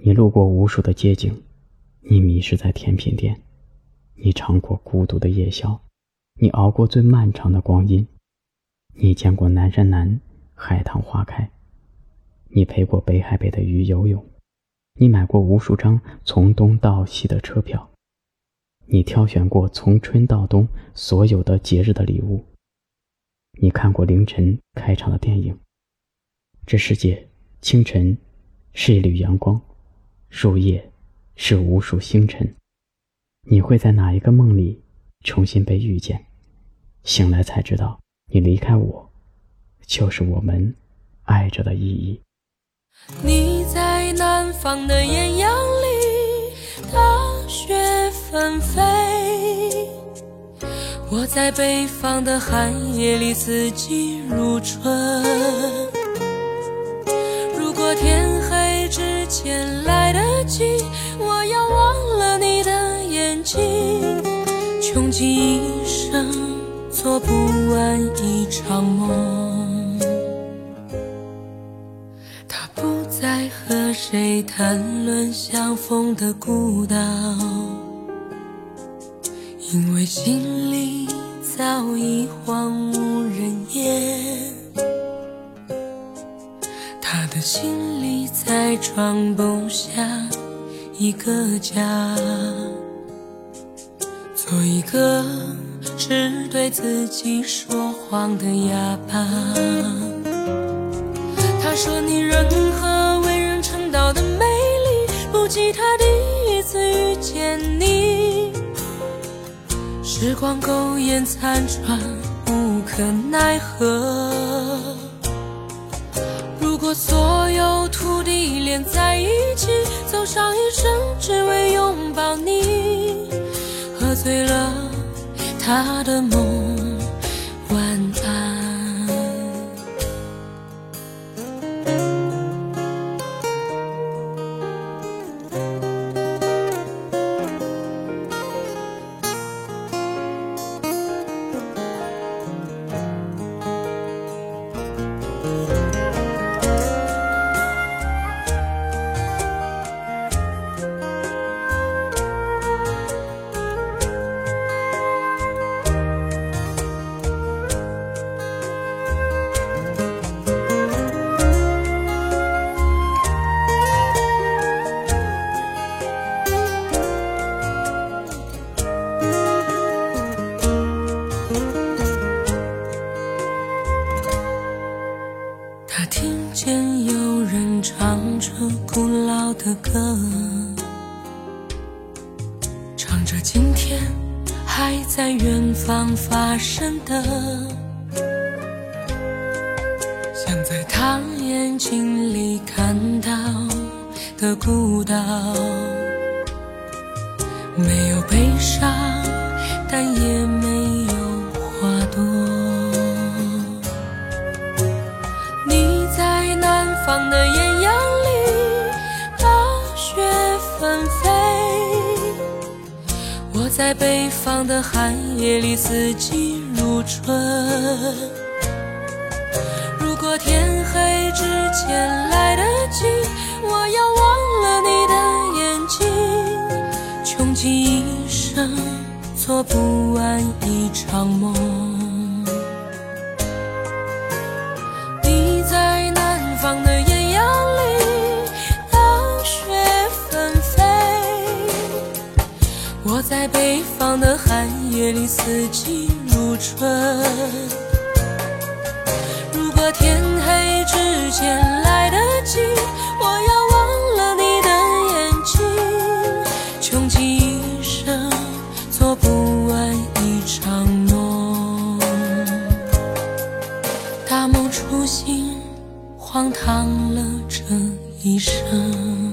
你路过无数的街景，你迷失在甜品店，你尝过孤独的夜宵，你熬过最漫长的光阴，你见过南山南，海棠花开，你陪过北海北的鱼游泳，你买过无数张从东到西的车票，你挑选过从春到冬所有的节日的礼物，你看过凌晨开场的电影。这世界，清晨是一缕阳光，入夜是无数星辰。你会在哪一个梦里重新被遇见？醒来才知道，你离开我，就是我们爱着的意义。 你在南方的艳阳里，大雪纷飞；我在北方的寒夜里，四季如春。如果天黑之前来得及，我要忘了你的眼睛，穷极一生做不完一场梦。他不再和谁谈论相逢的孤岛，因为心里早已荒无人烟。他的心里再装不下一个家，做一个只对自己说谎的哑巴。他说你任何为人称道的美丽，不及他第一次遇见你。时光苟延残喘，无可奈何。如果所有土地连在一起，走上一生只为拥抱你，喝醉了他的梦，晚安。他听见有人唱着古老的歌，唱着今天还在远方发生的，像在他眼睛里看到的孤岛，没有悲伤，但也没有花朵。南方的艳阳里，大雪纷飞；我在北方的寒夜里，四季如春。如果天黑之前来得及，我要忘了你的眼睛，穷极一生做不完一场梦。你在南方的艳阳里，大雪纷飞；我在北方的寒夜里，四季如春。如果天黑之前来得及，我要忘了你的眼睛，穷极一生做不完一场梦。大梦初醒，荒唐了这一生。